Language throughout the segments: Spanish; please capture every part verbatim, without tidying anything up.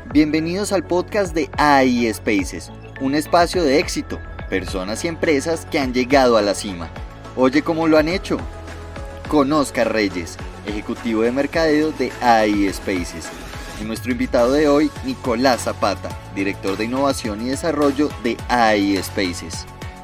Bienvenidos al podcast de A I Spaces, un espacio de éxito, personas y empresas que han llegado a la cima. Oye cómo lo han hecho. Con Oscar Reyes, ejecutivo de mercadeo de A I Spaces. Y nuestro invitado de hoy, Nicolás Zapata, director de innovación y desarrollo de A I Spaces.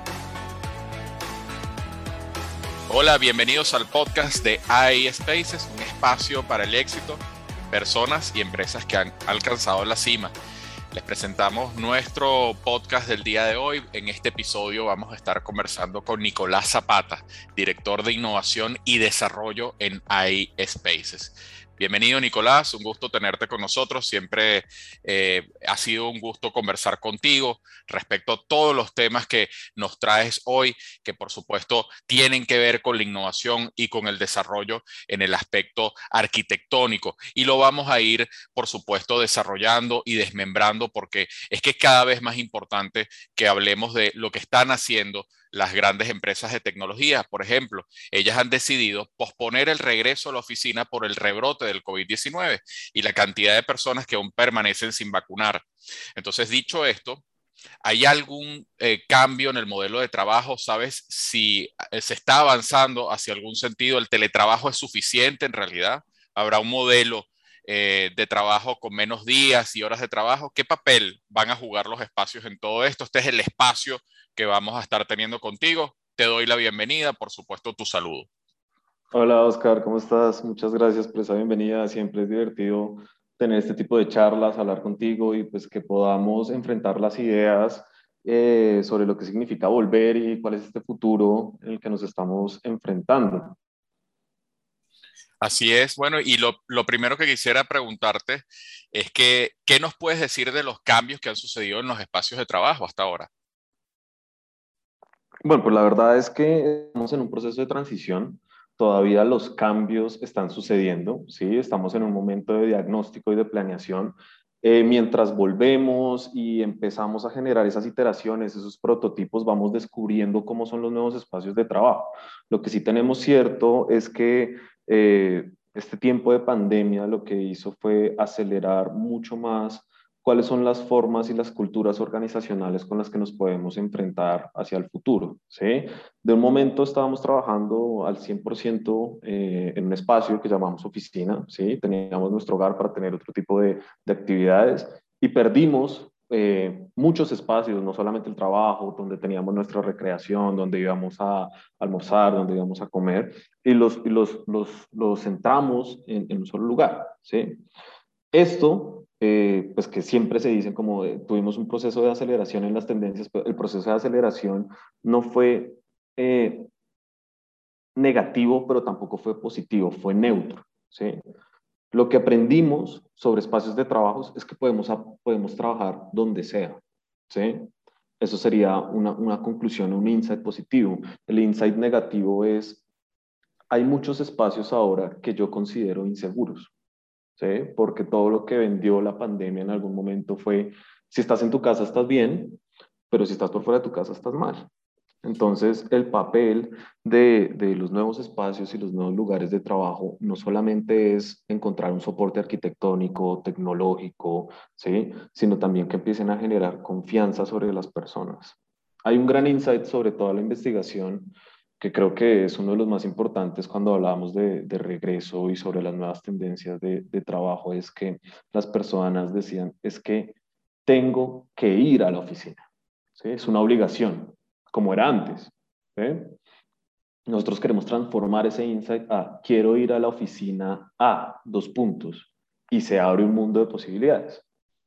Hola, bienvenidos al podcast de A I Spaces, un espacio para el éxito, personas y empresas que han alcanzado la cima. Les presentamos nuestro podcast del día de hoy. En este episodio vamos a estar conversando con Nicolás Zapata, director de innovación y desarrollo en A I Spaces. Bienvenido, Nicolás, un gusto tenerte con nosotros. Siempre eh, ha sido un gusto conversar contigo respecto a todos los temas que nos traes hoy, que por supuesto tienen que ver con la innovación y con el desarrollo en el aspecto arquitectónico. Y lo vamos a ir, por supuesto, desarrollando y desmembrando, porque es que es cada vez más importante que hablemos de lo que están haciendo las grandes empresas de tecnología. Por ejemplo, ellas han decidido posponer el regreso a la oficina por el rebrote del COVID diecinueve y la cantidad de personas que aún permanecen sin vacunar. Entonces, dicho esto, ¿hay algún eh, cambio en el modelo de trabajo? ¿Sabes si eh, se está avanzando hacia algún sentido? ¿El teletrabajo es suficiente en realidad? ¿Habrá un modelo eh, de trabajo con menos días y horas de trabajo? ¿Qué papel van a jugar los espacios en todo esto? Este es el espacio que vamos a estar teniendo contigo. Te doy la bienvenida, por supuesto, tu saludo. Hola Oscar, ¿cómo estás? Muchas gracias por esa bienvenida. Siempre es divertido tener este tipo de charlas, hablar contigo y pues que podamos enfrentar las ideas eh, sobre lo que significa volver y cuál es este futuro en el que nos estamos enfrentando. Así es. Bueno, y lo, lo primero que quisiera preguntarte es que, ¿qué nos puedes decir de los cambios que han sucedido en los espacios de trabajo hasta ahora? Bueno, pues la verdad es que estamos en un proceso de transición. Todavía los cambios están sucediendo, ¿sí? Estamos en un momento de diagnóstico y de planeación. Eh, mientras volvemos y empezamos a generar esas iteraciones, esos prototipos, vamos descubriendo cómo son los nuevos espacios de trabajo. Lo que sí tenemos cierto es que eh, este tiempo de pandemia lo que hizo fue acelerar mucho más cuáles son las formas y las culturas organizacionales con las que nos podemos enfrentar hacia el futuro, ¿sí? De un momento estábamos trabajando al cien por ciento eh, en un espacio que llamamos oficina, ¿sí? Teníamos nuestro hogar para tener otro tipo de, de actividades y perdimos eh, muchos espacios, no solamente el trabajo, donde teníamos nuestra recreación, donde íbamos a almorzar, donde íbamos a comer, y los, y los, los, los centramos en, en un solo lugar, ¿sí? Esto, eh, pues que siempre se dicen como de, tuvimos un proceso de aceleración en las tendencias, pero el proceso de aceleración no fue eh, negativo, pero tampoco fue positivo, fue neutro, ¿sí? Lo que aprendimos sobre espacios de trabajo es que podemos, podemos trabajar donde sea, ¿sí? Eso sería una, una conclusión, un insight positivo. El insight negativo es, hay muchos espacios ahora que yo considero inseguros, ¿sí? Porque todo lo que vendió la pandemia en algún momento fue, si estás en tu casa estás bien, pero si estás por fuera de tu casa estás mal. Entonces, el papel de, de los nuevos espacios y los nuevos lugares de trabajo no solamente es encontrar un soporte arquitectónico, tecnológico, ¿sí? Sino también que empiecen a generar confianza sobre las personas. Hay un gran insight sobre toda la investigación que creo que es uno de los más importantes cuando hablamos de, de regreso y sobre las nuevas tendencias de, de trabajo, es que las personas decían, es que tengo que ir a la oficina, ¿sí? Es una obligación, como era antes, ¿sí? Nosotros queremos transformar ese insight a quiero ir a la oficina a dos puntos y se abre un mundo de posibilidades.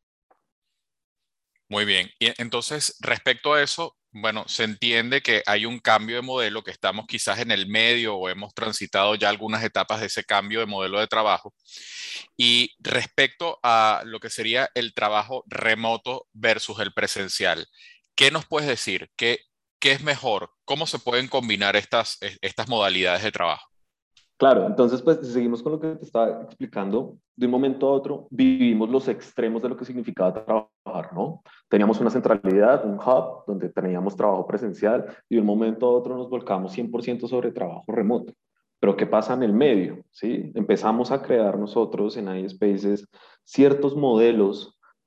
Muy bien. Y entonces, respecto a eso, bueno, se entiende que hay un cambio de modelo, que estamos quizás en el medio o hemos transitado ya algunas etapas de ese cambio de modelo de trabajo. Y respecto a lo que sería el trabajo remoto versus el presencial, ¿qué nos puedes decir? ¿Qué, qué es mejor? ¿Cómo se pueden combinar estas, estas modalidades de trabajo? Claro, entonces pues si seguimos con lo que te estaba explicando, de un momento a otro vivimos los extremos de lo que significaba trabajar, ¿no? Teníamos una centralidad, un hub donde teníamos trabajo presencial y de un momento a otro nos volcamos cien por ciento sobre trabajo remoto. Pero ¿qué pasa en el medio? ¿Sí? Empezamos a crear nosotros en iSpaces ciertos modelos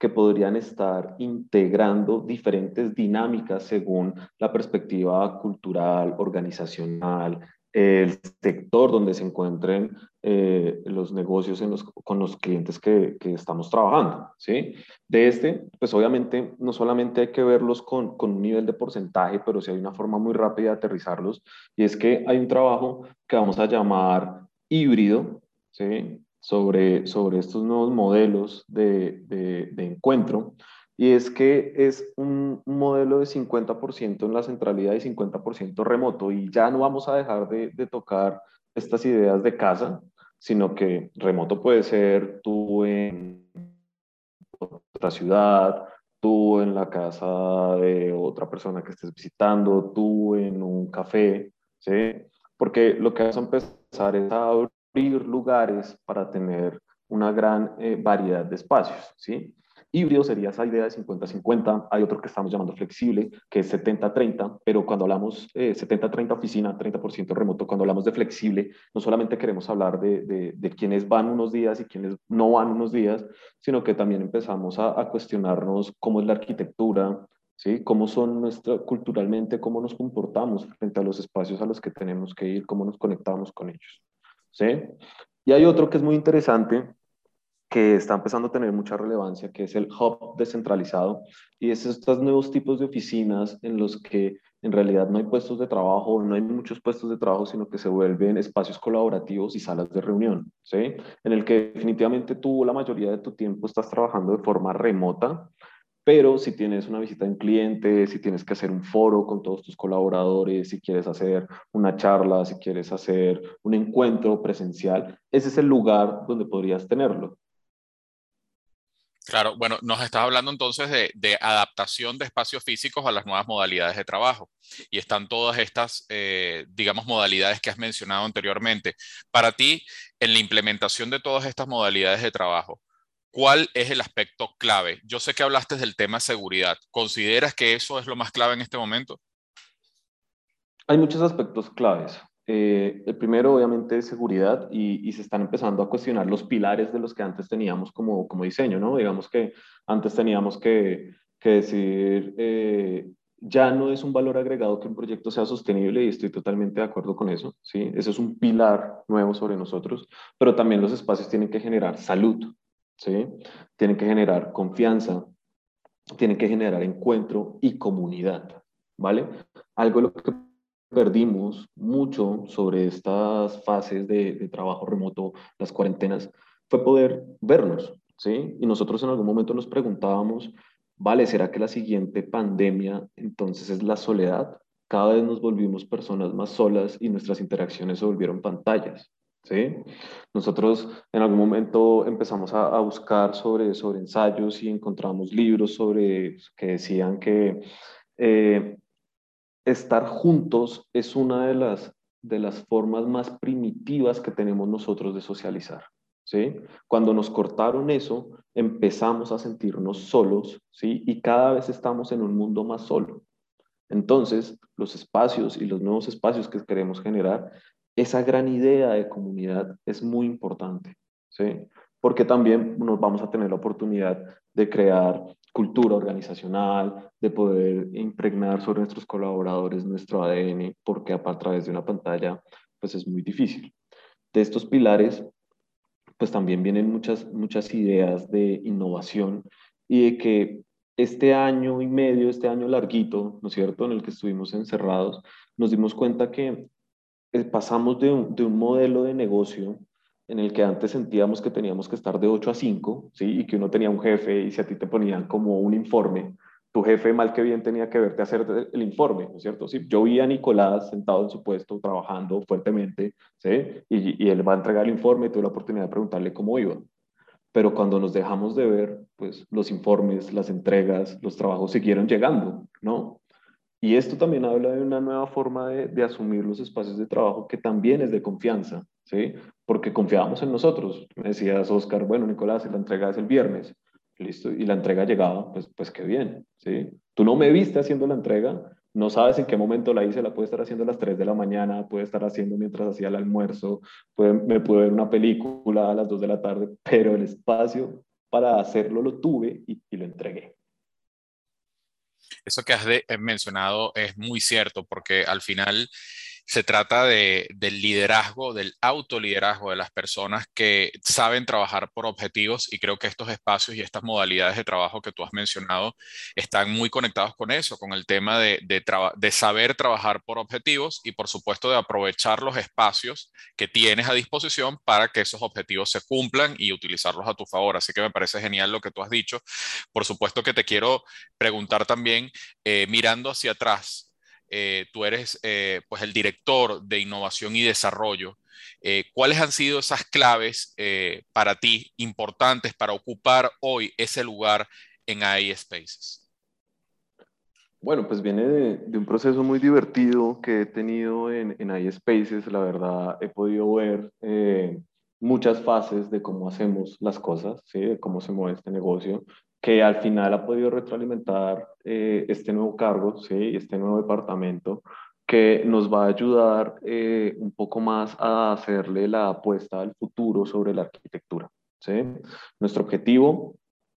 que podrían estar integrando diferentes dinámicas según la perspectiva cultural, organizacional, el sector donde se encuentren eh, los negocios en los, con los clientes que, que estamos trabajando, ¿sí? De este, pues obviamente no solamente hay que verlos con, con un nivel de porcentaje, pero sí hay una forma muy rápida de aterrizarlos, y es que hay un trabajo que vamos a llamar híbrido, ¿sí? Sobre, sobre estos nuevos modelos de, de, de encuentro, y es que es un, un modelo de cincuenta por ciento en la centralidad y cincuenta por ciento remoto, y ya no vamos a dejar de, de tocar estas ideas de casa, sino que remoto puede ser tú en otra ciudad, tú en la casa de otra persona que estés visitando, tú en un café, ¿sí? Porque lo que vamos a empezar es a abrir lugares para tener una gran eh, variedad de espacios, ¿sí? Híbrido sería esa idea de cincuenta cincuenta, hay otro que estamos llamando flexible, que es setenta treinta, pero cuando hablamos eh, setenta treinta oficina, treinta por ciento remoto, cuando hablamos de flexible, no solamente queremos hablar de, de, de quienes van unos días y quienes no van unos días, sino que también empezamos a, a cuestionarnos cómo es la arquitectura, ¿sí? Cómo son nuestra, culturalmente, cómo nos comportamos frente a los espacios a los que tenemos que ir, cómo nos conectamos con ellos, ¿sí? Y hay otro que es muy interesante, que está empezando a tener mucha relevancia, que es el hub descentralizado, y es estos nuevos tipos de oficinas en los que en realidad no hay puestos de trabajo, no hay muchos puestos de trabajo, sino que se vuelven espacios colaborativos y salas de reunión, ¿sí? En el que definitivamente tú la mayoría de tu tiempo estás trabajando de forma remota, pero si tienes una visita de un cliente, si tienes que hacer un foro con todos tus colaboradores, si quieres hacer una charla, si quieres hacer un encuentro presencial, ese es el lugar donde podrías tenerlo. Claro, bueno, nos estás hablando entonces de, de adaptación de espacios físicos a las nuevas modalidades de trabajo y están todas estas, eh, digamos, modalidades que has mencionado anteriormente. Para ti, en la implementación de todas estas modalidades de trabajo, ¿cuál es el aspecto clave? Yo sé que hablaste del tema seguridad. ¿Consideras que eso es lo más clave en este momento? Hay muchos aspectos claves. Eh, el primero, obviamente, es seguridad y, y se están empezando a cuestionar los pilares de los que antes teníamos como, como diseño, ¿no? Digamos que antes teníamos que, que decir, eh, ya no es un valor agregado que un proyecto sea sostenible y estoy totalmente de acuerdo con eso, ¿sí? Ese es un pilar nuevo sobre nosotros, pero también los espacios tienen que generar salud, ¿sí? Tienen que generar confianza, tienen que generar encuentro y comunidad, ¿vale? Algo de lo que perdimos mucho sobre estas fases de, de trabajo remoto, las cuarentenas, fue poder vernos, ¿sí? Y nosotros en algún momento nos preguntábamos, vale, ¿será que la siguiente pandemia entonces es la soledad? Cada vez nos volvimos personas más solas y nuestras interacciones se volvieron pantallas, ¿sí? Nosotros en algún momento empezamos a, a buscar sobre, sobre ensayos y encontramos libros sobre que decían que eh, estar juntos es una de las, de las formas más primitivas que tenemos nosotros de socializar, ¿sí? Cuando nos cortaron eso, empezamos a sentirnos solos, ¿sí? Y cada vez estamos en un mundo más solo. Entonces, los espacios y los nuevos espacios que queremos generar, esa gran idea de comunidad es muy importante, ¿sí? Porque también nos vamos a tener la oportunidad de crear cultura organizacional, de poder impregnar sobre nuestros colaboradores nuestro A D N, porque a través de una pantalla, pues es muy difícil. De estos pilares, pues también vienen muchas, muchas ideas de innovación y de que este año y medio, este año larguito, ¿no es cierto?, en el que estuvimos encerrados, nos dimos cuenta que eh, pasamos de un, de un modelo de negocio en el que antes sentíamos que teníamos que estar de ocho a cinco, ¿sí? Y que uno tenía un jefe y si a ti te ponían como un informe, tu jefe mal que bien tenía que verte hacer el informe, ¿no es cierto? Sí, yo vi a Nicolás sentado en su puesto trabajando fuertemente, ¿sí? Y, y él va a entregar el informe y tuve la oportunidad de preguntarle cómo iba. Pero cuando nos dejamos de ver, pues los informes, las entregas, los trabajos siguieron llegando, ¿no? Y esto también habla de una nueva forma de, de asumir los espacios de trabajo que también es de confianza, ¿sí? Porque confiábamos en nosotros. Me decías, Oscar, bueno, Nicolás, la entrega es el viernes, listo, y la entrega llegaba, pues, pues qué bien, ¿sí? Tú no me viste haciendo la entrega, no sabes en qué momento la hice, la puede estar haciendo a las tres de la mañana, puede estar haciendo mientras hacía el almuerzo, puede, me puede ver una película a las dos de la tarde, pero el espacio para hacerlo lo tuve y, y lo entregué. Eso que has de- eh, mencionado es muy cierto, porque al final se trata de, del liderazgo, del autoliderazgo de las personas que saben trabajar por objetivos, y creo que estos espacios y estas modalidades de trabajo que tú has mencionado están muy conectados con eso, con el tema de, de, traba- de saber trabajar por objetivos y por supuesto de aprovechar los espacios que tienes a disposición para que esos objetivos se cumplan y utilizarlos a tu favor. Así que me parece genial lo que tú has dicho. Por supuesto que te quiero preguntar también, eh, mirando hacia atrás, eh, tú eres eh, pues el director de innovación y desarrollo. Eh, ¿cuáles han sido esas claves eh, para ti importantes para ocupar hoy ese lugar en A I Spaces? Bueno, pues viene de, de un proceso muy divertido que he tenido en, en iSpaces. La verdad, he podido ver eh, muchas fases de cómo hacemos las cosas, ¿sí? De cómo se mueve este negocio, que al final ha podido retroalimentar eh, este nuevo cargo, ¿sí? Este nuevo departamento, que nos va a ayudar eh, un poco más a hacerle la apuesta al futuro sobre la arquitectura, ¿sí? Nuestro objetivo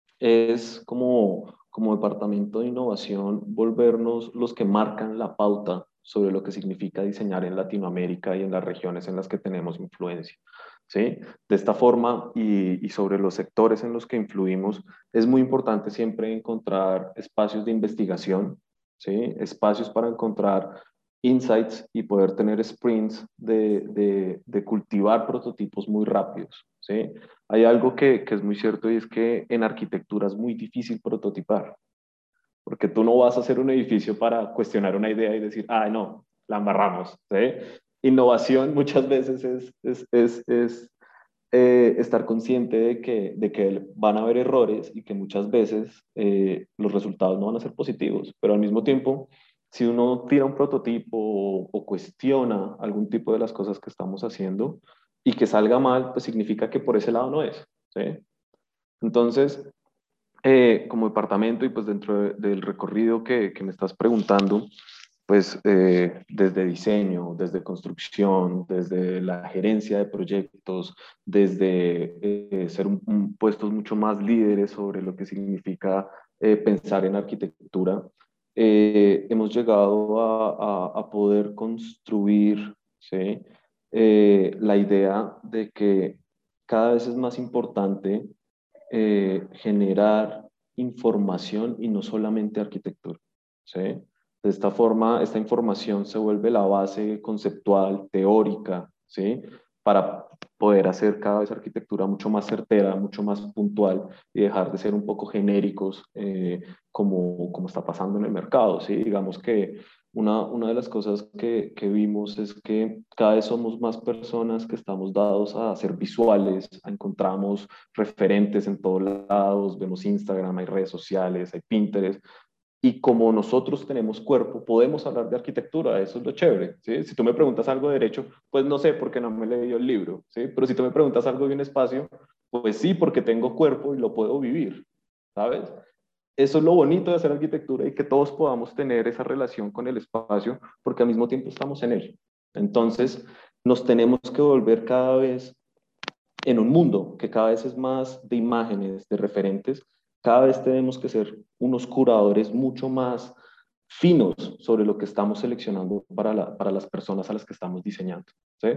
es como, como departamento de innovación volvernos los que marcan la pauta sobre lo que significa diseñar en Latinoamérica y en las regiones en las que tenemos influencia. ¿Sí? De esta forma y, y sobre los sectores en los que influimos, es muy importante siempre encontrar espacios de investigación, ¿sí? Espacios para encontrar insights y poder tener sprints de, de, de cultivar prototipos muy rápidos, ¿sí? Hay algo que, que es muy cierto y es que en arquitectura es muy difícil prototipar, porque tú no vas a hacer un edificio para cuestionar una idea y decir, ah, no, la amarramos, ¿sí? Innovación muchas veces es, es, es, es eh, estar consciente de que, de que van a haber errores y que muchas veces eh, los resultados no van a ser positivos, pero al mismo tiempo, si uno tira un prototipo o, o cuestiona algún tipo de las cosas que estamos haciendo y que salga mal, pues significa que por ese lado no es, ¿sí? Entonces, eh, como departamento y pues dentro de- del recorrido que, que me estás preguntando, pues eh, desde diseño, desde construcción, desde la gerencia de proyectos, desde eh, ser un, un puestos mucho más líderes sobre lo que significa eh, pensar en arquitectura, eh, hemos llegado a, a, a poder construir, ¿sí? Eh, la idea de que cada vez es más importante eh, generar información y no solamente arquitectura, ¿sí? De esta forma, esta información se vuelve la base conceptual, teórica, ¿sí? Para poder hacer cada vez arquitectura mucho más certera, mucho más puntual y dejar de ser un poco genéricos eh, como, como está pasando en el mercado, ¿sí? Digamos que una, una de las cosas que, que vimos es que cada vez somos más personas que estamos dados a ser visuales, a encontramos referentes en todos lados, vemos Instagram, hay redes sociales, hay Pinterest, y como nosotros tenemos cuerpo, podemos hablar de arquitectura, eso es lo chévere, ¿sí? Si tú me preguntas algo de derecho, pues no sé porque no me leí el libro, ¿sí? Pero si tú me preguntas algo de un espacio, pues sí, porque tengo cuerpo y lo puedo vivir, ¿sabes? Eso es lo bonito de hacer arquitectura y que todos podamos tener esa relación con el espacio porque al mismo tiempo estamos en él. Entonces, nos tenemos que volver cada vez en un mundo que cada vez es más de imágenes, de referentes, cada vez tenemos que ser unos curadores mucho más finos sobre lo que estamos seleccionando para, la, para las personas a las que estamos diseñando. ¿Sí?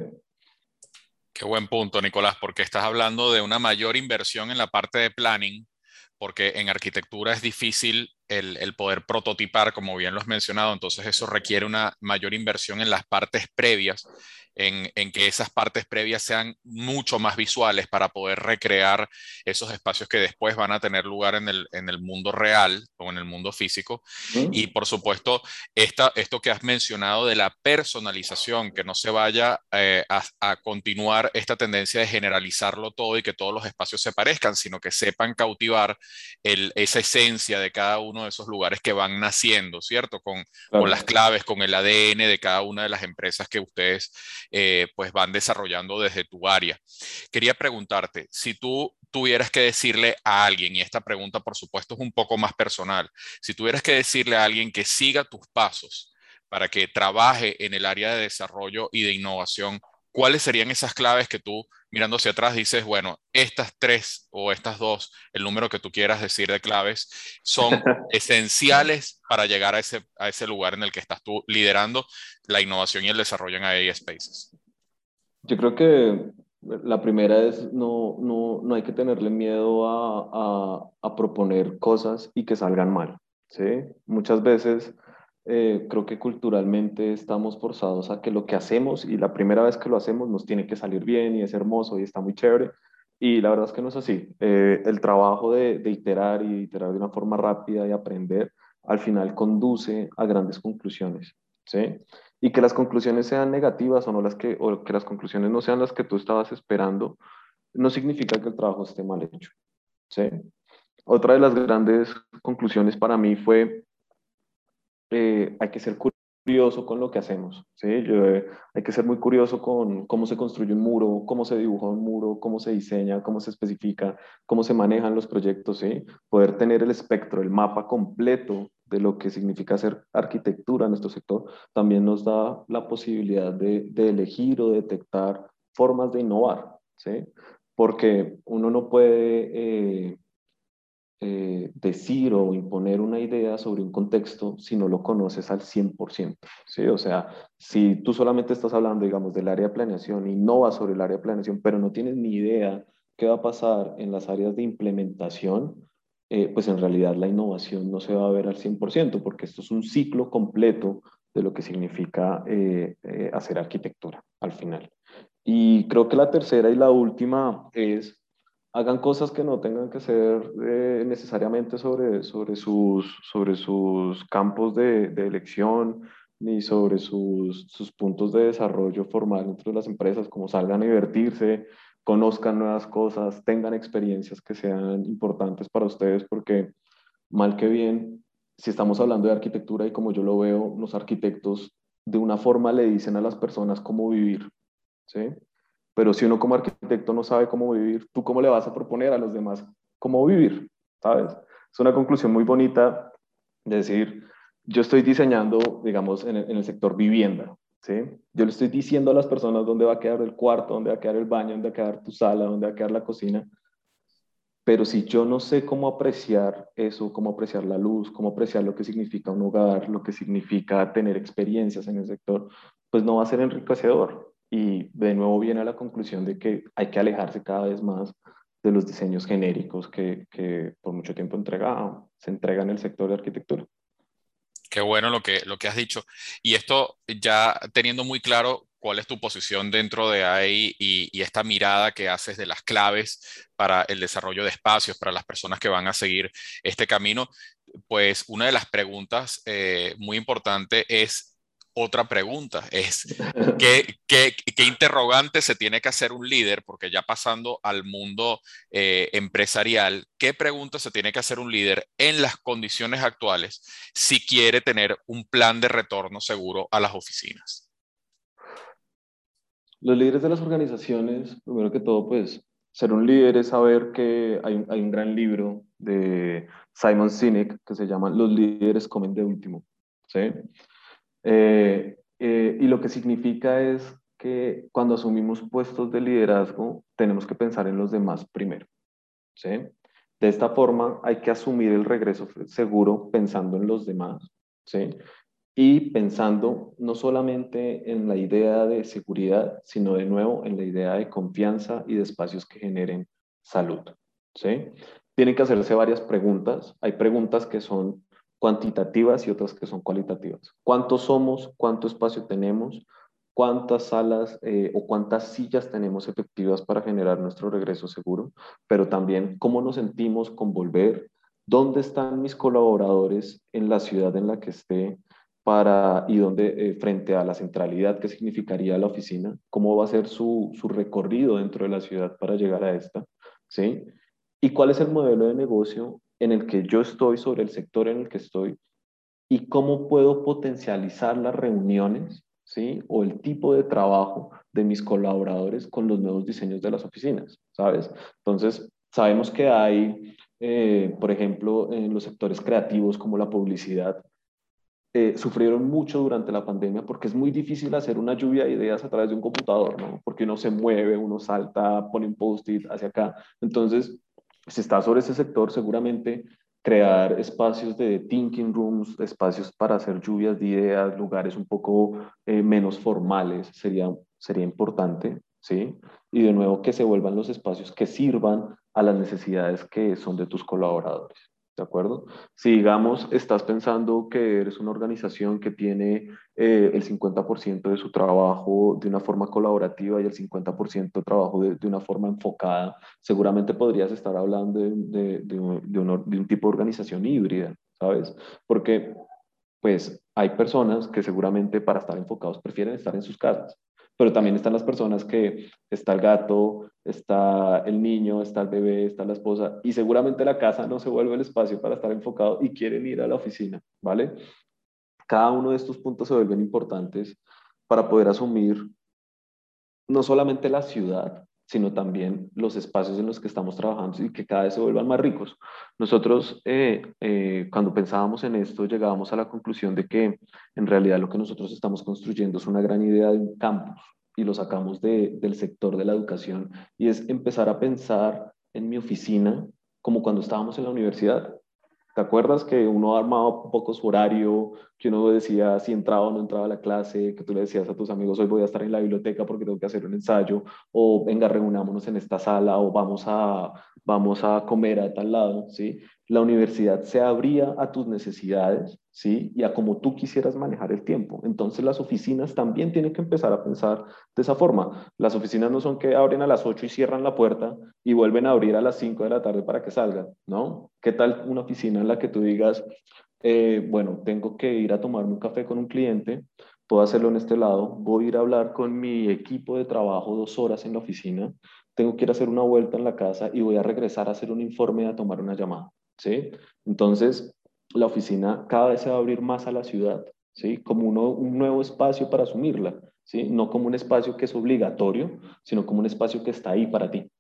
Qué buen punto, Nicolás, porque estás hablando de una mayor inversión en la parte de planning, porque en arquitectura es difícil el, el poder prototipar, como bien lo has mencionado, entonces eso requiere una mayor inversión en las partes previas, en, en que esas partes previas sean mucho más visuales para poder recrear esos espacios que después van a tener lugar en el, en el mundo real o en el mundo físico. Y ¿Mm? por supuesto, esta, esto que has mencionado de la personalización, que no se vaya eh, a, a continuar esta tendencia de generalizarlo todo y que todos los espacios se parezcan, sino que sepan cautivar el, esa esencia de cada uno de esos lugares que van naciendo, ¿cierto? Con, con las Claro. claves, con el A D N de cada una de las empresas que ustedes eh, pues van desarrollando desde tu área. Quería preguntarte, si tú tuvieras que decirle a alguien, y esta pregunta por supuesto es un poco más personal, si tuvieras que decirle a alguien que siga tus pasos para que trabaje en el área de desarrollo y de innovación, ¿cuáles serían esas claves que tú, mirando hacia atrás, dices, bueno, estas tres o estas dos, el número que tú quieras decir de claves, son esenciales para llegar a ese, a ese lugar en el que estás tú liderando la innovación y el desarrollo en A I Spaces? Yo creo que la primera es no, no, no hay que tenerle miedo a, a, a proponer cosas y que salgan mal, ¿sí? Muchas veces eh, creo que culturalmente estamos forzados a que lo que hacemos y la primera vez que lo hacemos nos tiene que salir bien y es hermoso y está muy chévere. Y la verdad es que no es así. Eh, el trabajo de, de iterar y iterar de una forma rápida y aprender al final conduce a grandes conclusiones, ¿sí? Y que las conclusiones sean negativas o, no las que, o que las conclusiones no sean las que tú estabas esperando, no significa que el trabajo esté mal hecho, ¿sí? Otra de las grandes conclusiones para mí fue, eh, hay que ser curioso con lo que hacemos, ¿sí? Yo, eh, hay que ser muy curioso con cómo se construye un muro, cómo se dibuja un muro, cómo se diseña, cómo se especifica, cómo se manejan los proyectos, ¿sí? Poder tener el espectro, el mapa completo de lo que significa hacer arquitectura en nuestro sector, también nos da la posibilidad de, de elegir o detectar formas de innovar, ¿sí? Porque uno no puede eh, eh, decir o imponer una idea sobre un contexto si no lo conoces al cien por ciento, ¿sí? O sea, si tú solamente estás hablando, digamos, del área de planeación y no vas sobre el área de planeación, pero no tienes ni idea qué va a pasar en las áreas de implementación, eh, pues en realidad la innovación no se va a ver al cien por ciento, porque esto es un ciclo completo de lo que significa eh, eh, hacer arquitectura al final. Y creo que la tercera y la última es hagan cosas que no tengan que ser eh, necesariamente sobre, sobre, sus, sobre sus campos de, de elección ni sobre sus, sus puntos de desarrollo formal dentro de las empresas, como salgan a divertirse, conozcan nuevas cosas, tengan experiencias que sean importantes para ustedes, porque mal que bien, si estamos hablando de arquitectura y como yo lo veo, los arquitectos de una forma le dicen a las personas cómo vivir, ¿sí? Pero si uno como arquitecto no sabe cómo vivir, ¿tú cómo le vas a proponer a los demás cómo vivir? ¿Sabes? Es una conclusión muy bonita de decir, yo estoy diseñando, digamos, en el, en el sector vivienda, ¿sí? Yo le estoy diciendo a las personas dónde va a quedar el cuarto, dónde va a quedar el baño, dónde va a quedar tu sala, dónde va a quedar la cocina, pero si yo no sé cómo apreciar eso, cómo apreciar la luz, cómo apreciar lo que significa un hogar, lo que significa tener experiencias en el sector, pues no va a ser enriquecedor. Y de nuevo viene a la conclusión de que hay que alejarse cada vez más de los diseños genéricos que, que por mucho tiempo entrega, se entregan en el sector de arquitectura. Qué bueno lo que, lo que has dicho. Y esto ya teniendo muy claro cuál es tu posición dentro de A I y, y esta mirada que haces de las claves para el desarrollo de espacios, para las personas que van a seguir este camino, pues una de las preguntas eh, muy importante es otra pregunta, es ¿qué, qué, qué interrogante se tiene que hacer un líder? Porque ya pasando al mundo eh, empresarial, ¿qué pregunta se tiene que hacer un líder en las condiciones actuales si quiere tener un plan de retorno seguro a las oficinas? Los líderes de las organizaciones, primero que todo, pues ser un líder es saber que hay un, hay un gran libro de Simon Sinek que se llama Los líderes comen de último, ¿sí? Eh, eh, y lo que significa es que cuando asumimos puestos de liderazgo, tenemos que pensar en los demás primero, ¿sí? De esta forma, hay que asumir el regreso seguro pensando en los demás, ¿sí? Y pensando no solamente en la idea de seguridad, sino de nuevo en la idea de confianza y de espacios que generen salud, ¿sí? Tienen que hacerse varias preguntas. Hay preguntas que son cuantitativas y otras que son cualitativas. ¿Cuántos somos? ¿Cuánto espacio tenemos? ¿Cuántas salas eh, o cuántas sillas tenemos efectivas para generar nuestro regreso seguro? Pero también cómo nos sentimos con volver. ¿Dónde están mis colaboradores en la ciudad en la que esté? Para, y dónde, eh, frente a la centralidad que significaría la oficina, cómo va a ser su, su recorrido dentro de la ciudad para llegar a esta, ¿sí? Y cuál es el modelo de negocio en el que yo estoy, sobre el sector en el que estoy, y cómo puedo potencializar las reuniones, ¿sí? O el tipo de trabajo de mis colaboradores con los nuevos diseños de las oficinas, ¿sabes? Entonces, sabemos que hay, eh, por ejemplo, en los sectores creativos como la publicidad, eh, sufrieron mucho durante la pandemia porque es muy difícil hacer una lluvia de ideas a través de un computador, ¿no? Porque uno se mueve, uno salta, pone un post-it hacia acá. Entonces, si está sobre ese sector, seguramente crear espacios de thinking rooms, espacios para hacer lluvias de ideas, lugares un poco eh, menos formales, sería, sería importante, ¿sí? Y de nuevo que se vuelvan los espacios que sirvan a las necesidades que son de tus colaboradores. ¿De acuerdo? Si, digamos, estás pensando que eres una organización que tiene eh, el cincuenta por ciento de su trabajo de una forma colaborativa y el cincuenta por ciento de trabajo de, de una forma enfocada, seguramente podrías estar hablando de, de, de, un, de, un, de un tipo de organización híbrida, ¿sabes? Porque, pues, hay personas que seguramente para estar enfocados prefieren estar en sus casas, pero también están las personas que está el gato, está el niño, está el bebé, está la esposa, y seguramente la casa no se vuelve el espacio para estar enfocado y quieren ir a la oficina, ¿vale? Cada uno de estos puntos se vuelven importantes para poder asumir no solamente la ciudad, sino también los espacios en los que estamos trabajando y que cada vez se vuelvan más ricos. Nosotros, eh, eh, cuando pensábamos en esto, llegábamos a la conclusión de que en realidad lo que nosotros estamos construyendo es una gran idea de un campus y lo sacamos de, del sector de la educación y es empezar a pensar en mi oficina como cuando estábamos en la universidad. ¿Te acuerdas que uno armaba un poco su horario, que uno decía si entraba o no entraba a la clase, que tú le decías a tus amigos, hoy voy a estar en la biblioteca porque tengo que hacer un ensayo, o venga, reunámonos en esta sala, o vamos a, vamos a comer a tal lado, ¿sí? La universidad se abría a tus necesidades, ¿sí? Y a cómo tú quisieras manejar el tiempo. Entonces las oficinas también tienen que empezar a pensar de esa forma. Las oficinas no son que abren a las ocho y cierran la puerta y vuelven a abrir a las cinco de la tarde para que salgan, ¿no? ¿Qué tal una oficina en la que tú digas, eh, bueno, tengo que ir a tomarme un café con un cliente, puedo hacerlo en este lado, voy a ir a hablar con mi equipo de trabajo dos horas en la oficina, tengo que ir a hacer una vuelta en la casa y voy a regresar a hacer un informe y a tomar una llamada, ¿sí? Entonces, la oficina cada vez se va a abrir más a la ciudad, ¿sí? Como uno, un nuevo espacio para asumirla, ¿sí? No como un espacio que es obligatorio, sino como un espacio que está ahí para ti.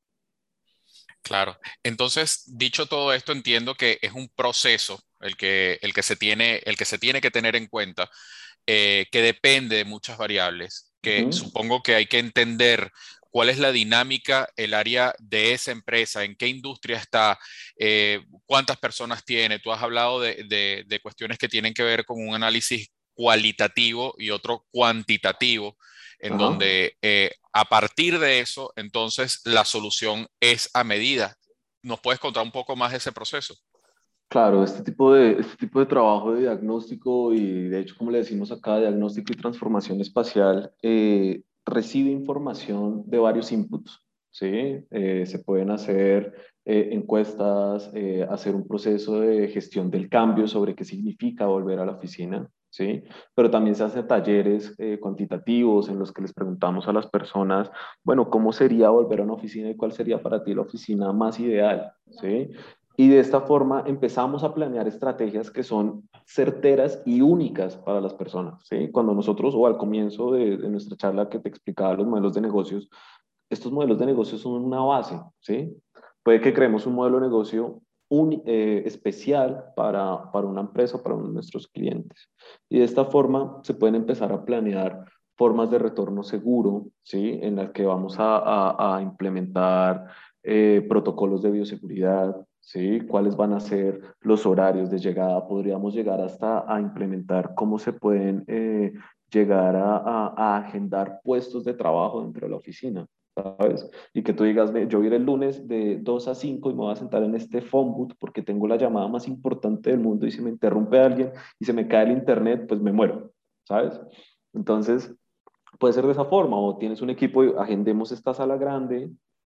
Claro. Entonces, dicho todo esto, entiendo que es un proceso el que, el que se tiene, el que se tiene que tener en cuenta, eh, que depende de muchas variables, que Ujú. supongo que hay que entender cuál es la dinámica, el área de esa empresa, en qué industria está, eh, cuántas personas tiene. Tú has hablado de, de de cuestiones que tienen que ver con un análisis cualitativo y otro cuantitativo en Ajá. donde eh, a partir de eso, entonces la solución es a medida. ¿Nos puedes contar un poco más de ese proceso? Claro, este tipo de, este tipo de trabajo de diagnóstico y de hecho, como le decimos acá, diagnóstico y transformación espacial, eh, recibe información de varios inputs, ¿sí? Eh, se pueden hacer eh, encuestas, eh, hacer un proceso de gestión del cambio sobre qué significa volver a la oficina, ¿sí? Pero también se hacen talleres eh, cuantitativos en los que les preguntamos a las personas, bueno, ¿cómo sería volver a una oficina y cuál sería para ti la oficina más ideal? ¿Sí? Y de esta forma empezamos a planear estrategias que son certeras y únicas para las personas, ¿sí? Cuando nosotros, o al comienzo de, de nuestra charla que te explicaba los modelos de negocios, estos modelos de negocios son una base, ¿sí? Puede que creemos un modelo de negocio un, eh, especial para, para una empresa, para uno de nuestros clientes. Y de esta forma se pueden empezar a planear formas de retorno seguro, ¿sí? En las que vamos a, a, a implementar eh, protocolos de bioseguridad, ¿sí? ¿Cuáles van a ser los horarios de llegada? Podríamos llegar hasta a implementar cómo se pueden eh, llegar a, a, a agendar puestos de trabajo dentro de la oficina. ¿Sabes? Y que tú digas, "Ve, yo voy a ir el lunes de dos a cinco y me voy a sentar en este phone booth porque tengo la llamada más importante del mundo y si me interrumpe alguien y se me cae el internet, pues me muero, ¿sabes? Entonces, puede ser de esa forma, o tienes un equipo y agendemos esta sala grande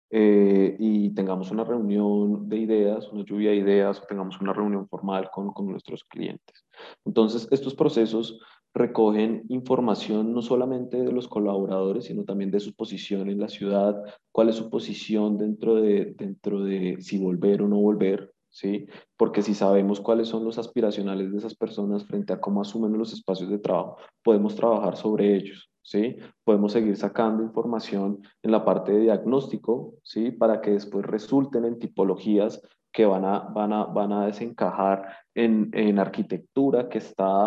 eh, y tengamos una reunión de ideas, una lluvia de ideas, o tengamos una reunión formal con, con nuestros clientes. Entonces, estos procesos recogen información no solamente de los colaboradores, sino también de su posición en la ciudad, cuál es su posición dentro de, dentro de si volver o no volver, ¿sí? Porque si sabemos cuáles son los aspiracionales de esas personas frente a cómo asumen los espacios de trabajo, podemos trabajar sobre ellos, ¿sí? Podemos seguir sacando información en la parte de diagnóstico, ¿sí? Para que después resulten en tipologías que van a, van a, van a desencajar en, en arquitectura que está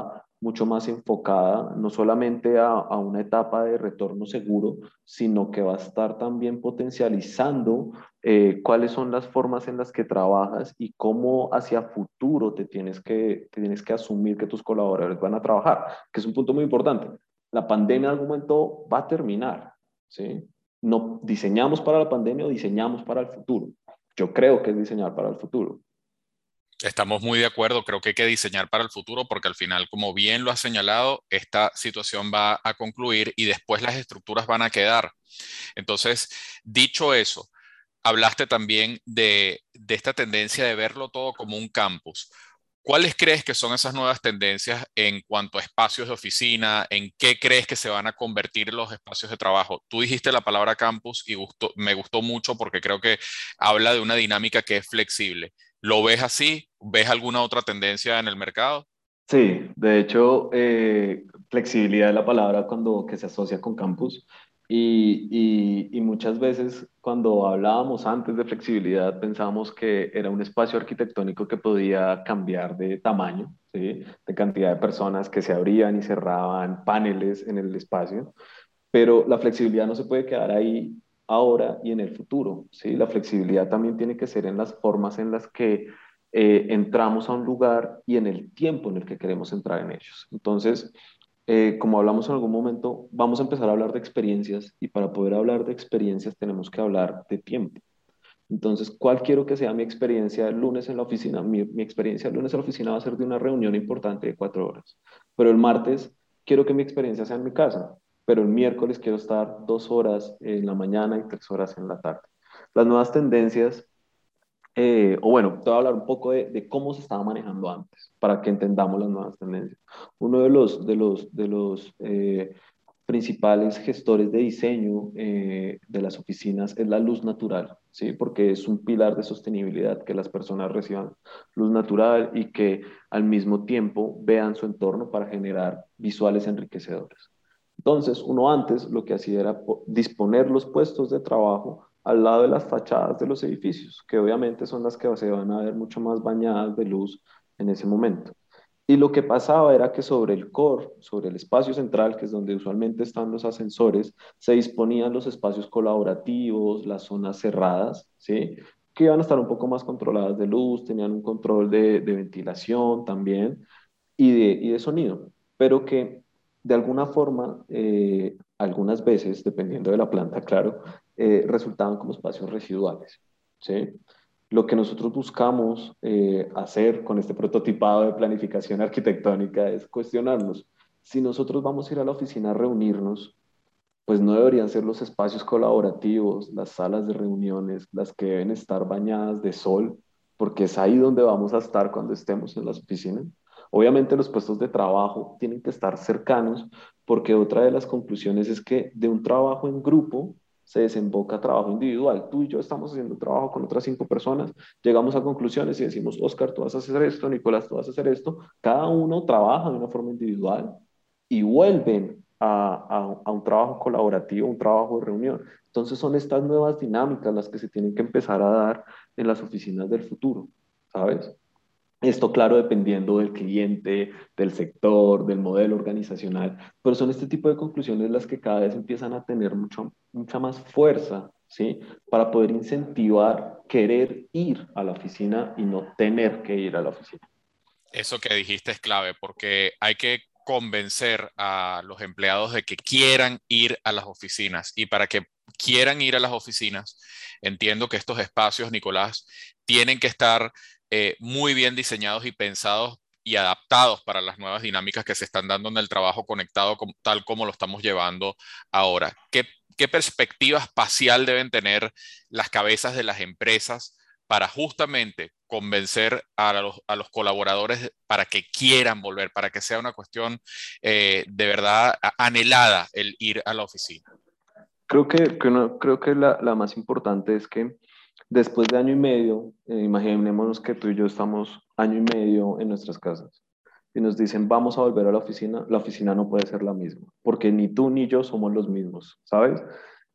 mucho más enfocada no solamente a, a una etapa de retorno seguro, sino que va a estar también potencializando eh, cuáles son las formas en las que trabajas y cómo hacia futuro te tienes que, te tienes que asumir que tus colaboradores van a trabajar, que es un punto muy importante. La pandemia en algún momento va a terminar, ¿sí? No diseñamos para la pandemia o diseñamos para el futuro. Yo creo que es diseñar para el futuro. Estamos muy de acuerdo, creo que hay que diseñar para el futuro porque al final, como bien lo has señalado, esta situación va a concluir y después las estructuras van a quedar. Entonces, dicho eso, hablaste también de, de esta tendencia de verlo todo como un campus. ¿Cuáles crees que son esas nuevas tendencias en cuanto a espacios de oficina? ¿En qué crees que se van a convertir los espacios de trabajo? Tú dijiste la palabra campus y gustó- me gustó mucho porque creo que habla de una dinámica que es flexible. ¿Lo ves así? ¿Ves alguna otra tendencia en el mercado? Sí, de hecho, eh, flexibilidad es la palabra cuando que se asocia con campus y, y, y muchas veces cuando hablábamos antes de flexibilidad pensábamos que era un espacio arquitectónico que podía cambiar de tamaño, ¿sí? De cantidad de personas que se abrían y cerraban paneles en el espacio, pero la flexibilidad no se puede quedar ahí ahora y en el futuro, ¿sí? La flexibilidad también tiene que ser en las formas en las que eh, entramos a un lugar y en el tiempo en el que queremos entrar en ellos. Entonces, eh, como hablamos en algún momento, vamos a empezar a hablar de experiencias y para poder hablar de experiencias tenemos que hablar de tiempo. Entonces, ¿cuál quiero que sea mi experiencia el lunes en la oficina? Mi, mi experiencia el lunes en la oficina va a ser de una reunión importante de cuatro horas, pero el martes quiero que mi experiencia sea en mi casa, pero el miércoles quiero estar dos horas en la mañana y tres horas en la tarde. Las nuevas tendencias, eh, o bueno, te voy a hablar un poco de, de cómo se estaba manejando antes, para que entendamos las nuevas tendencias. Uno de los, de los, de los eh, principales gestores de diseño eh, de las oficinas es la luz natural, ¿sí? Porque es un pilar de sostenibilidad, que las personas reciban luz natural y que al mismo tiempo vean su entorno para generar visuales enriquecedores. Entonces, uno antes lo que hacía era disponer los puestos de trabajo al lado de las fachadas de los edificios, que obviamente son las que se van a ver mucho más bañadas de luz en ese momento. Y lo que pasaba era que sobre el core, sobre el espacio central, que es donde usualmente están los ascensores, se disponían los espacios colaborativos, las zonas cerradas, ¿sí? Que iban a estar un poco más controladas de luz, tenían un control de, de ventilación también y de, y de sonido, pero que de alguna forma, eh, algunas veces, dependiendo de la planta, claro, eh, resultaban como espacios residuales, ¿sí? Lo que nosotros buscamos eh, hacer con este prototipado de planificación arquitectónica es cuestionarnos. Si nosotros vamos a ir a la oficina a reunirnos, pues no deberían ser los espacios colaborativos, las salas de reuniones, las que deben estar bañadas de sol, porque es ahí donde vamos a estar cuando estemos en las oficinas. Obviamente los puestos de trabajo tienen que estar cercanos, porque otra de las conclusiones es que de un trabajo en grupo se desemboca trabajo individual. Tú y yo estamos haciendo trabajo con otras cinco personas, llegamos a conclusiones y decimos, Oscar, tú vas a hacer esto, Nicolás, tú vas a hacer esto. Cada uno trabaja de una forma individual y vuelven a, a, a un trabajo colaborativo, un trabajo de reunión. Entonces son estas nuevas dinámicas las que se tienen que empezar a dar en las oficinas del futuro, ¿sabes? Esto, claro, dependiendo del cliente, del sector, del modelo organizacional, pero son este tipo de conclusiones las que cada vez empiezan a tener mucho, mucha más fuerza, ¿sí? Para poder incentivar querer ir a la oficina y no tener que ir a la oficina. Eso que dijiste es clave porque hay que convencer a los empleados de que quieran ir a las oficinas y para que quieran ir a las oficinas, entiendo que estos espacios, Nicolás, tienen que estar eh, muy bien diseñados y pensados y adaptados para las nuevas dinámicas que se están dando en el trabajo conectado como- tal como lo estamos llevando ahora. ¿Qué, qué perspectiva espacial deben tener las cabezas de las empresas para justamente convencer a los, a los colaboradores para que quieran volver, para que sea una cuestión eh, de verdad anhelada el ir a la oficina? Creo que, que no- creo que la, la más importante es que después de año y medio, eh, imaginémonos que tú y yo estamos año y medio en nuestras casas y nos dicen vamos a volver a la oficina, la oficina no puede ser la misma, porque ni tú ni yo somos los mismos, ¿sabes?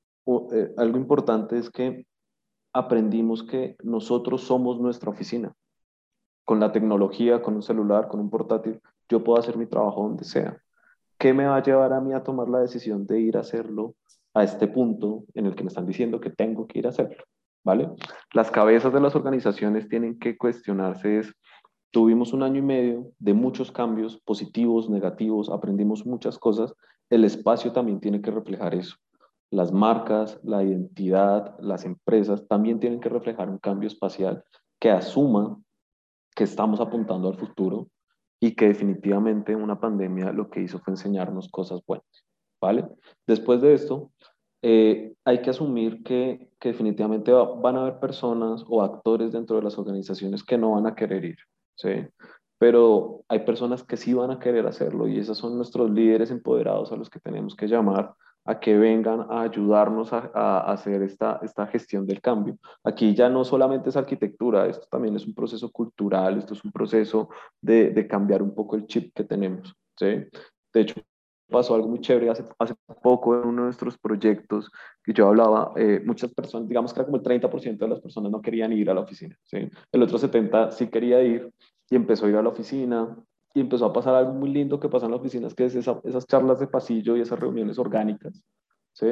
O, eh, algo importante es que aprendimos que nosotros somos nuestra oficina con la tecnología, con un celular, con un portátil, yo puedo hacer mi trabajo donde sea. ¿Qué me va a llevar a mí a tomar la decisión de ir a hacerlo a este punto en el que me están diciendo que tengo que ir a hacerlo? ¿Vale? Las cabezas de las organizaciones tienen que cuestionarse es, tuvimos un año y medio de muchos cambios positivos, negativos, aprendimos muchas cosas, el espacio también tiene que reflejar eso. Las marcas, la identidad, las empresas también tienen que reflejar un cambio espacial que asuma que estamos apuntando al futuro y que definitivamente una pandemia lo que hizo fue enseñarnos cosas buenas, ¿vale? Después de esto, eh, hay que asumir que, que definitivamente va, van a haber personas o actores dentro de las organizaciones que no van a querer ir, ¿sí? Pero hay personas que sí van a querer hacerlo y esos son nuestros líderes empoderados a los que tenemos que llamar a que vengan a ayudarnos a, a hacer esta, esta gestión del cambio. Aquí ya no solamente es arquitectura, esto también es un proceso cultural, esto es un proceso de, de cambiar un poco el chip que tenemos, ¿sí? De hecho, pasó algo muy chévere hace, hace poco en uno de nuestros proyectos que yo hablaba, eh, muchas personas, digamos que era como el treinta por ciento de las personas no querían ir a la oficina, ¿sí? El otro setenta por ciento sí quería ir y empezó a ir a la oficina y empezó a pasar algo muy lindo que pasa en la oficina, es que es esa, esas charlas de pasillo y esas reuniones orgánicas, ¿sí?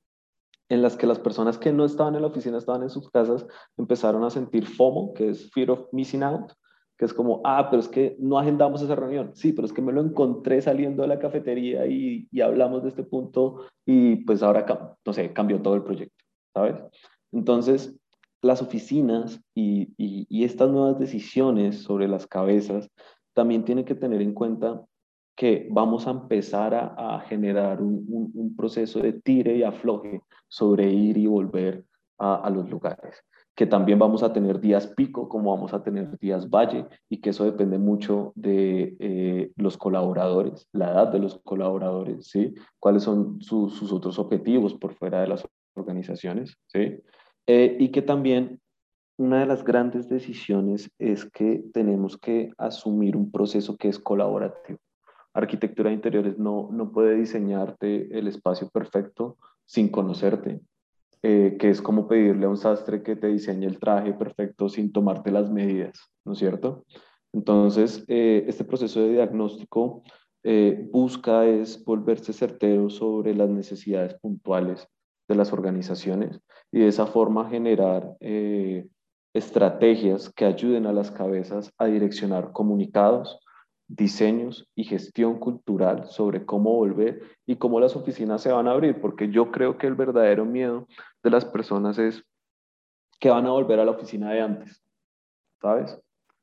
En las que las personas que no estaban en la oficina, estaban en sus casas, empezaron a sentir FOMO, que es Fear of Missing Out, que es como, ah, pero es que no agendamos esa reunión. Sí, pero es que me lo encontré saliendo de la cafetería y, y hablamos de este punto y pues ahora, no sé, cambió todo el proyecto, ¿sabes? Entonces, las oficinas y, y, y estas nuevas decisiones sobre las cabezas también tienen que tener en cuenta que vamos a empezar a, a generar un, un, un proceso de tire y afloje sobre ir y volver a, a los lugares, que también vamos a tener días pico como vamos a tener días valle y que eso depende mucho de eh, los colaboradores, la edad de los colaboradores, ¿sí? Cuáles son su, sus otros objetivos por fuera de las organizaciones, ¿sí? Eh, y que también una de las grandes decisiones es que tenemos que asumir un proceso que es colaborativo. Arquitectura de interiores no, no puede diseñarte el espacio perfecto sin conocerte, eh, que es como pedirle a un sastre que te diseñe el traje perfecto sin tomarte las medidas, ¿no es cierto? Entonces, eh, este proceso de diagnóstico eh, busca es volverse certero sobre las necesidades puntuales de las organizaciones y de esa forma generar eh, estrategias que ayuden a las cabezas a direccionar comunicados, diseños y gestión cultural sobre cómo volver y cómo las oficinas se van a abrir, porque yo creo que el verdadero miedo de las personas es que van a volver a la oficina de antes, ¿sabes?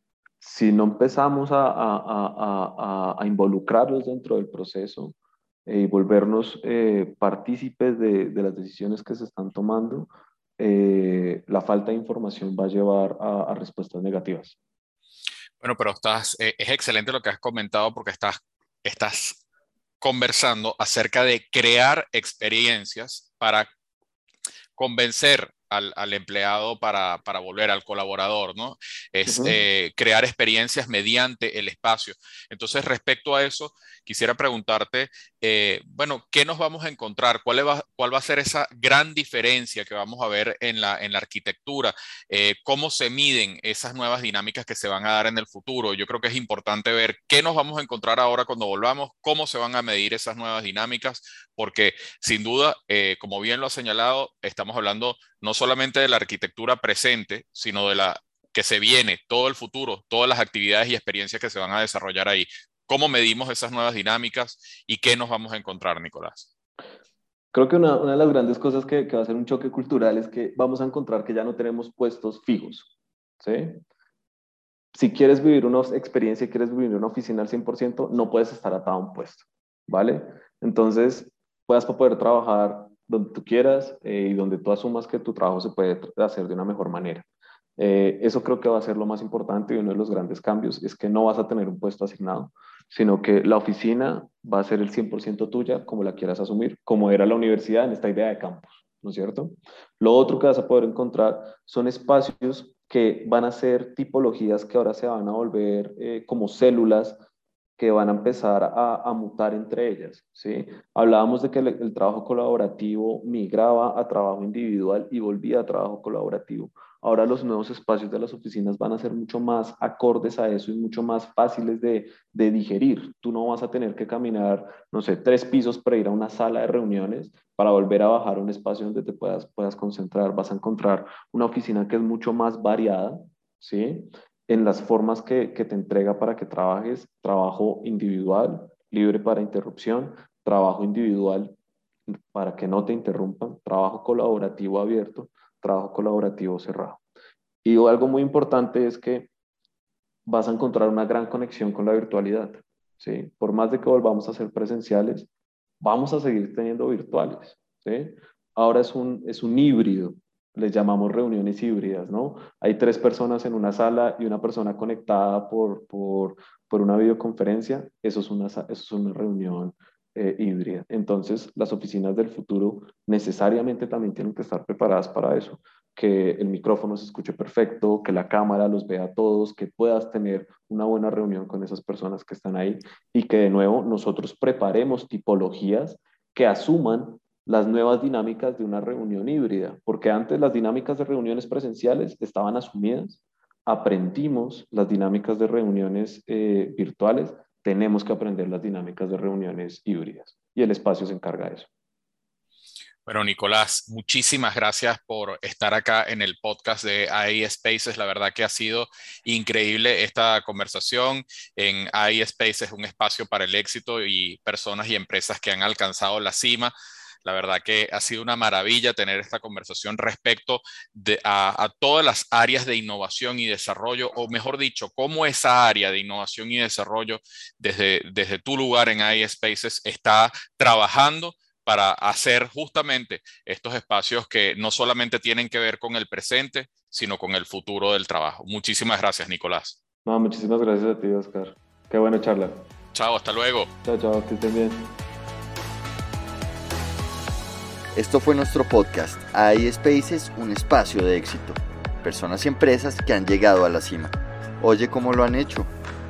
Si no empezamos a, a, a, a, a involucrarlos dentro del proceso eh, y volvernos eh, partícipes de, de, las decisiones que se están tomando, eh, la falta de información va a llevar a, a respuestas negativas. Bueno, pero estás, eh, es excelente lo que has comentado porque estás, estás conversando acerca de crear experiencias para convencer al, al empleado para, para, volver al colaborador, ¿no? Es Uh-huh. eh, crear experiencias mediante el espacio. Entonces, respecto a eso, quisiera preguntarte, eh, bueno, ¿qué nos vamos a encontrar? ¿Cuál va, cuál va a ser esa gran diferencia que vamos a ver en la, en la arquitectura? Eh, ¿Cómo se miden esas nuevas dinámicas que se van a dar en el futuro? Yo creo que es importante ver qué nos vamos a encontrar ahora cuando volvamos, cómo se van a medir esas nuevas dinámicas, porque sin duda, eh, como bien lo ha señalado, estamos hablando no solamente de la arquitectura presente, sino de la que se viene, todo el futuro, todas las actividades y experiencias que se van a desarrollar ahí. ¿Cómo medimos esas nuevas dinámicas y qué nos vamos a encontrar, Nicolás? Creo que una, una de las grandes cosas que, que va a ser un choque cultural es que vamos a encontrar que ya no tenemos puestos fijos, ¿sí? Si quieres vivir una experiencia y quieres vivir en una oficina al cien por ciento, no puedes estar atado a un puesto, ¿vale? Entonces, puedas poder trabajar donde tú quieras eh, y donde tú asumas que tu trabajo se puede hacer de una mejor manera. Eh, eso creo que va a ser lo más importante y uno de los grandes cambios es que no vas a tener un puesto asignado, sino que la oficina va a ser el cien por ciento tuya como la quieras asumir, como era la universidad en esta idea de campus, ¿no es cierto? Lo otro que vas a poder encontrar son espacios que van a ser tipologías que ahora se van a volver eh, como células que van a empezar a, a mutar entre ellas, ¿sí? Hablábamos de que el, el trabajo colaborativo migraba a trabajo individual y volvía a trabajo colaborativo. Ahora los nuevos espacios de las oficinas van a ser mucho más acordes a eso y mucho más fáciles de, de digerir. Tú no vas a tener que caminar, no sé, tres pisos para ir a una sala de reuniones para volver a bajar a un espacio donde te puedas, puedas concentrar. Vas a encontrar una oficina que es mucho más variada, ¿sí? En las formas que, que te entrega para que trabajes, trabajo individual, libre para interrupción, trabajo individual para que no te interrumpan, trabajo colaborativo abierto, trabajo colaborativo cerrado. Y algo muy importante es que vas a encontrar una gran conexión con la virtualidad, ¿sí? Por más de que volvamos a ser presenciales, vamos a seguir teniendo virtuales, ¿sí? Ahora es un, es un híbrido, les llamamos reuniones híbridas, ¿no? Hay tres personas en una sala y una persona conectada por, por, por una videoconferencia, eso es una, eso es una reunión eh, híbrida. Entonces, las oficinas del futuro necesariamente también tienen que estar preparadas para eso, que el micrófono se escuche perfecto, que la cámara los vea a todos, que puedas tener una buena reunión con esas personas que están ahí y que de nuevo nosotros preparemos tipologías que asuman las nuevas dinámicas de una reunión híbrida, porque antes las dinámicas de reuniones presenciales estaban asumidas, aprendimos las dinámicas de reuniones eh, virtuales, tenemos que aprender las dinámicas de reuniones híbridas y el espacio se encarga de eso. Bueno, Nicolás, muchísimas gracias por estar acá en el podcast de A I Spaces. La verdad que ha sido increíble esta conversación. En A I Spaces, un espacio para el éxito y personas y empresas que han alcanzado la cima. La verdad que ha sido una maravilla tener esta conversación respecto de, a, a todas las áreas de innovación y desarrollo, o mejor dicho, cómo esa área de innovación y desarrollo desde, desde tu lugar en A I Spaces está trabajando para hacer justamente estos espacios que no solamente tienen que ver con el presente, sino con el futuro del trabajo. Muchísimas gracias, Nicolás. No, muchísimas gracias a ti, Oscar. Qué buena charla. Chao, hasta luego. Chao, chao, que estén bien. Esto fue nuestro podcast, A I Spaces, un espacio de éxito. Personas y empresas que han llegado a la cima. Oye cómo lo han hecho.